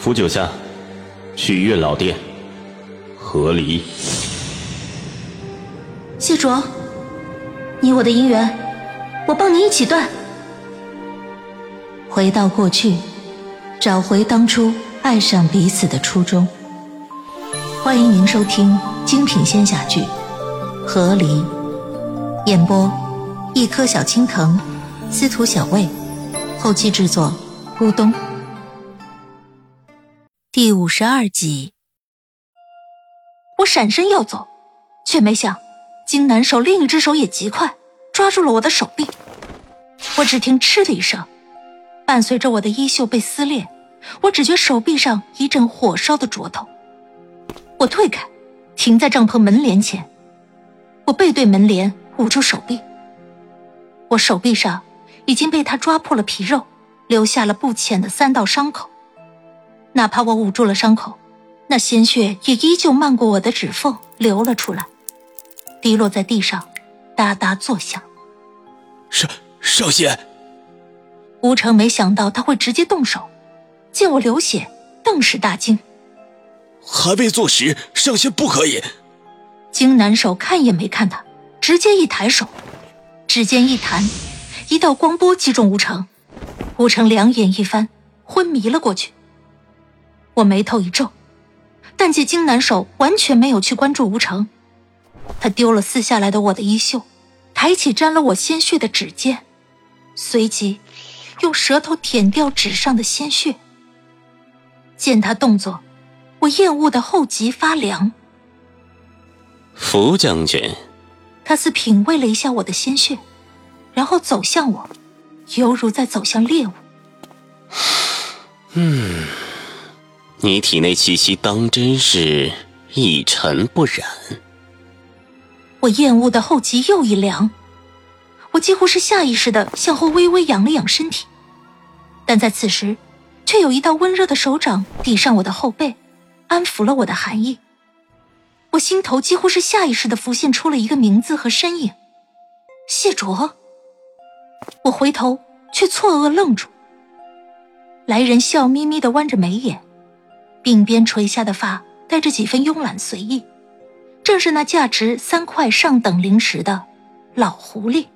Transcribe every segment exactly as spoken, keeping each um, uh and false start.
扶九下，去月老殿，和离。 谢卓，你我的姻缘，我帮你一起断。回到过去，找回当初爱上彼此的初衷。欢迎您收听精品仙侠剧《和离》，演播一颗小青藤，司徒小卫，后期制作咕咚。第五十二集。我闪身要走，却没想金南手另一只手也极快，抓住了我的手臂。我只听嗤的一声，伴随着我的衣袖被撕裂，我只觉手臂上一阵火烧的灼痛。我退开，停在帐篷门帘前，我背对门帘，捂住手臂。我手臂上已经被他抓破了皮肉，留下了不浅的三道伤口。哪怕我捂住了伤口，那鲜血也依旧漫过我的指缝流了出来，滴落在地上，哒哒作响。 少少仙， 吴成没想到他会直接动手，见我流血，顿时大惊。 还未坐实，上仙不可以。 金南手看也没看他，直接一抬手，指尖一弹，一道光波击中吴成，吴成两眼一翻，昏迷了过去。我眉头一皱，但见金南手完全没有去关注吴成，他丢了撕下来的我的衣袖，抬起沾了我鲜血的指尖，随即用舌头舔掉纸上的鲜血。见他动作，我厌恶的后脊发凉。 福将军， 他似品味了一下我的鲜血，然后走向我，犹如在走向猎物。 嗯，你体内气息当真是一尘不染。 我厌恶的后脊又一凉，我几乎是下意识地向后微微仰了仰身体，但在此时却有一道温热的手掌抵上我的后背，安抚了我的寒意。我心头几乎是下意识地浮现出了一个名字和身影，谢卓。我回头却错愕愣住。来人笑眯眯地弯着眉眼，鬓边垂下的发带着几分慵懒随意，正是那价值三块上等灵石的老狐狸。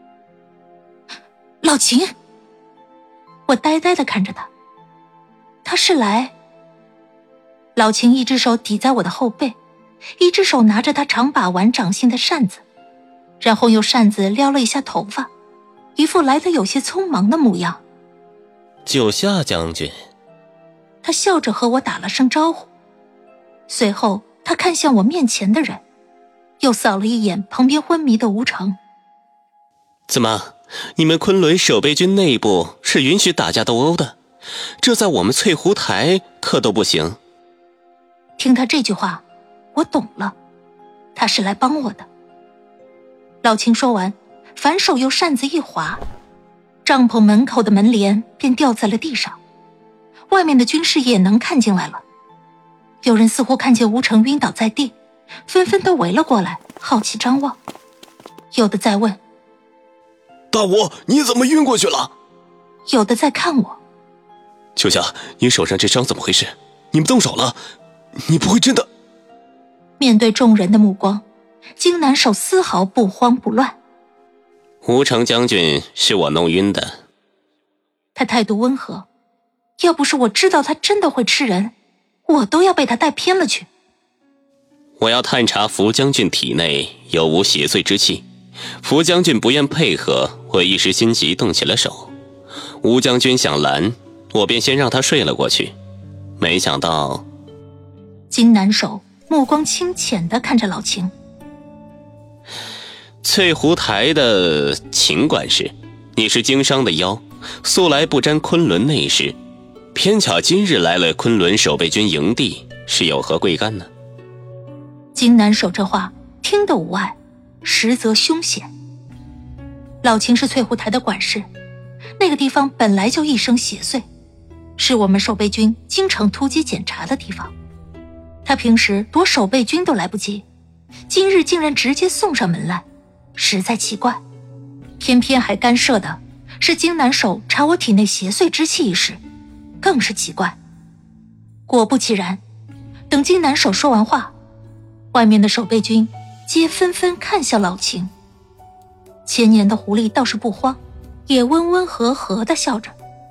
老秦，我呆呆地看着他，他是来……老秦一只手抵在我的后背，一只手拿着他长把玩掌心的扇子，然后用扇子撩了一下头发，一副来得有些匆忙的模样。 九下将军， 他笑着和我打了声招呼，随后他看向我面前的人，又扫了一眼旁边昏迷的吴成。 怎么，你们昆仑守备军内部是允许打架斗殴的，这在我们翠湖台可都不行。 听他这句话，我懂了，他是来帮我的。老秦说完，反手用扇子一划，帐篷门口的门帘便掉在了地上，外面的军士也能看进来了。有人似乎看见吴成晕倒在地，纷纷都围了过来，好奇张望。有的在问： 大吴，你怎么晕过去了？ 有的在看我。 秋夏，你手上这伤怎么回事？你们动手了？你不会真的…… 面对众人的目光，金南手丝毫不慌不乱。 吴成将军是我弄晕的。 他态度温和，要不是我知道他真的会吃人，我都要被他带偏了去。 我要探查福将军体内有无邪祟之气，福将军不愿配合，我一时心急动起了手。吴将军想拦，我便先让他睡了过去，没想到…… 金南手目光清浅地看着老秦。 翠湖台的秦管事，你是经商的妖，素来不沾昆仑内事，偏巧今日来了昆仑守备军营地，是有何贵干呢？ 金南手这话听得无碍，实则凶险。老秦是翠湖台的管事，那个地方本来就一生邪祟，是我们守备军经常突击检查的地方。他平时躲守备军都来不及，今日竟然直接送上门来，实在奇怪。偏偏还干涉的是金南手查我体内邪祟之气一事，更是奇怪。 果不其然，等金南守说完话，外面的守备军皆纷纷看向老秦。千年的狐狸倒是不慌，也温温和和地笑着。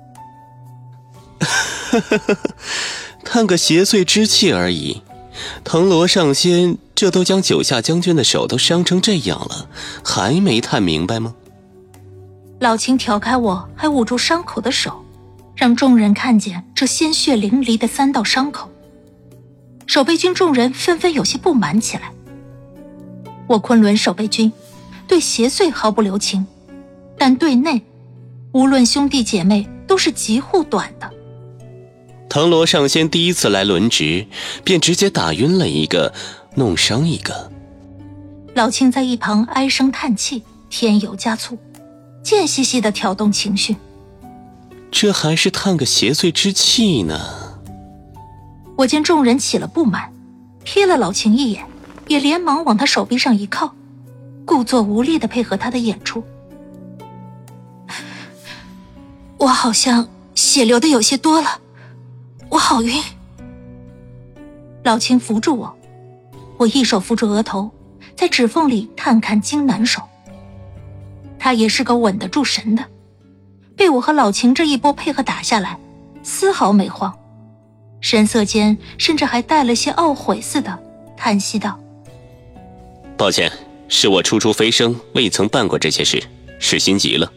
探个邪祟之气而已，藤萝上仙这都将九夏将军的手都伤成这样了，还没探明白吗？ 老秦挑开我还捂住伤口的手，让众人看见这鲜血淋漓的三道伤口。守备军众人纷纷有些不满起来。我昆仑守备军对邪祟毫不留情，但对内无论兄弟姐妹都是极护短的。 藤萝上仙第一次来轮值，便直接打晕了一个，弄伤一个。 老秦在一旁唉声叹气，添油加醋，贱兮兮地挑动情绪。 这还是探个邪祟之气呢。 我见众人起了不满，瞥了老秦一眼，也连忙往他手臂上一靠，故作无力地配合他的演出。我好像血流的有些多了，我好晕。老秦扶住我，我一手扶住额头，在指缝里探看金南手。他也是个稳得住神的，被我和老秦这一波配合打下来，丝毫没慌，神色间甚至还带了些懊悔似的，叹息道： 抱歉，是我初出飞升，未曾办过这些事，是心急了。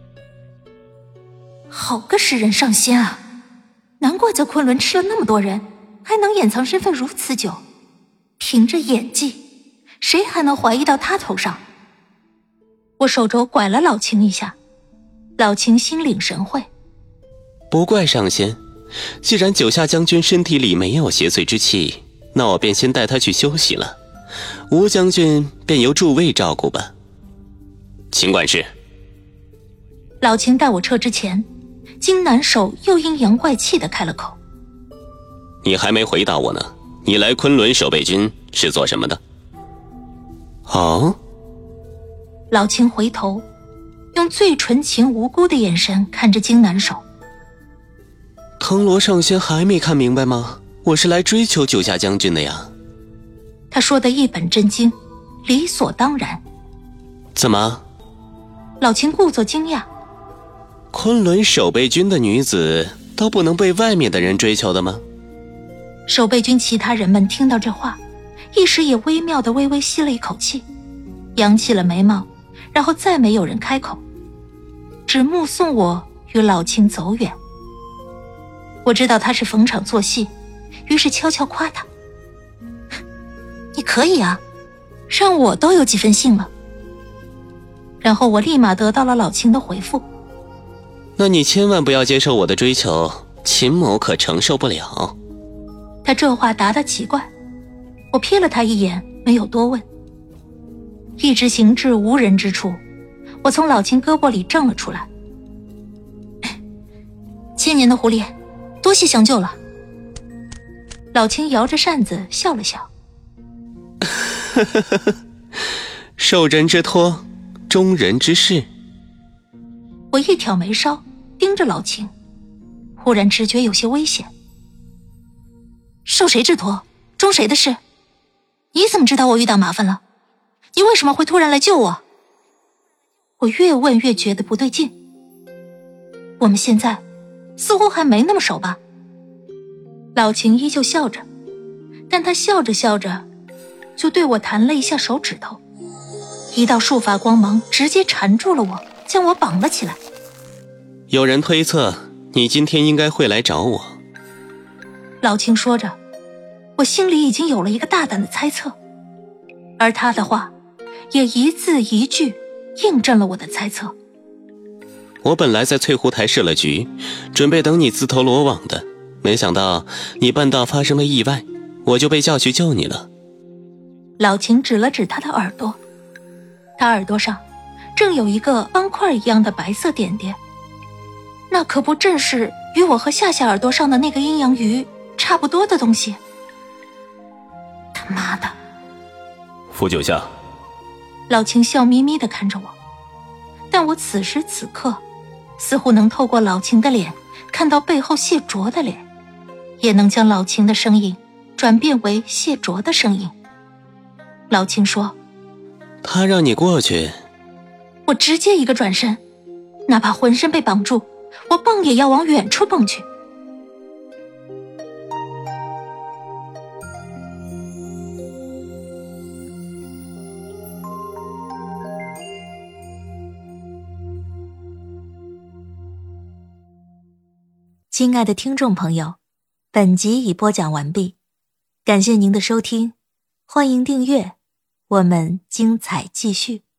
好个食人上仙啊，难怪在昆仑吃了那么多人，还能掩藏身份如此久。凭着演技，谁还能怀疑到他头上？我手肘拐了老秦一下，老秦心领神会。 不怪上仙，既然九夏将军身体里没有邪祟之气，那我便先带他去休息了。吴将军便由诸位照顾吧。请管事。 老秦带我撤之前，金南手又阴阳怪气地开了口： 你还没回答我呢，你来昆仑守备军是做什么的？哦？ 老秦回头，用最纯情无辜的眼神看着金南手。 藤萝上仙还没看明白吗？我是来追求九夏将军的呀。 他说的一本正经，理所当然。 怎么？ 老秦故作惊讶。 昆仑守备军的女子都不能被外面的人追求的吗？ 守备军其他人们听到这话，一时也微妙地微微吸了一口气，扬起了眉毛，然后再没有人开口，只目送我与老秦走远。我知道他是逢场作戏，于是悄悄夸他：你可以啊，让我都有几分兴了。然后我立马得到了老秦的回复： 那你千万不要接受我的追求，秦某可承受不了。 他这话答得奇怪，我瞥了他一眼，没有多问。一直行至无人之处，我从老秦胳膊里挣了出来：千年的狐狸，多谢相救了。老秦摇着扇子笑了笑： 受人之托，忠人之事。 我一挑眉梢，盯着老秦，忽然直觉有些危险。受谁之托，忠谁的事？你怎么知道我遇到麻烦了？你为什么会突然来救我？我越问越觉得不对劲。我们现在似乎还没那么熟吧？老秦依旧笑着，但他笑着笑着就对我弹了一下手指头，一道束发光芒直接缠住了我，将我绑了起来。 有人推测你今天应该会来找我。 老秦说着，我心里已经有了一个大胆的猜测，而他的话也一字一句印证了我的猜测。 我本来在翠湖台设了局，准备等你自投罗网的，没想到你半道发生了意外，我就被叫去救你了。 老秦指了指他的耳朵，他耳朵上正有一个方块一样的白色点点，那可不正是与我和夏夏耳朵上的那个阴阳鱼差不多的东西？他妈的！ 傅九夏， 老秦笑眯眯地看着我，但我此时此刻似乎能透过老秦的脸看到背后谢卓的脸， 也能将老秦的声音转变为谢卓的声音。老秦说： 他让你过去。 我直接一个转身，哪怕浑身被绑住，我蹦也要往远处蹦去。 亲爱的听众朋友，本集已播讲完毕，感谢您的收听，欢迎订阅，我们精彩继续。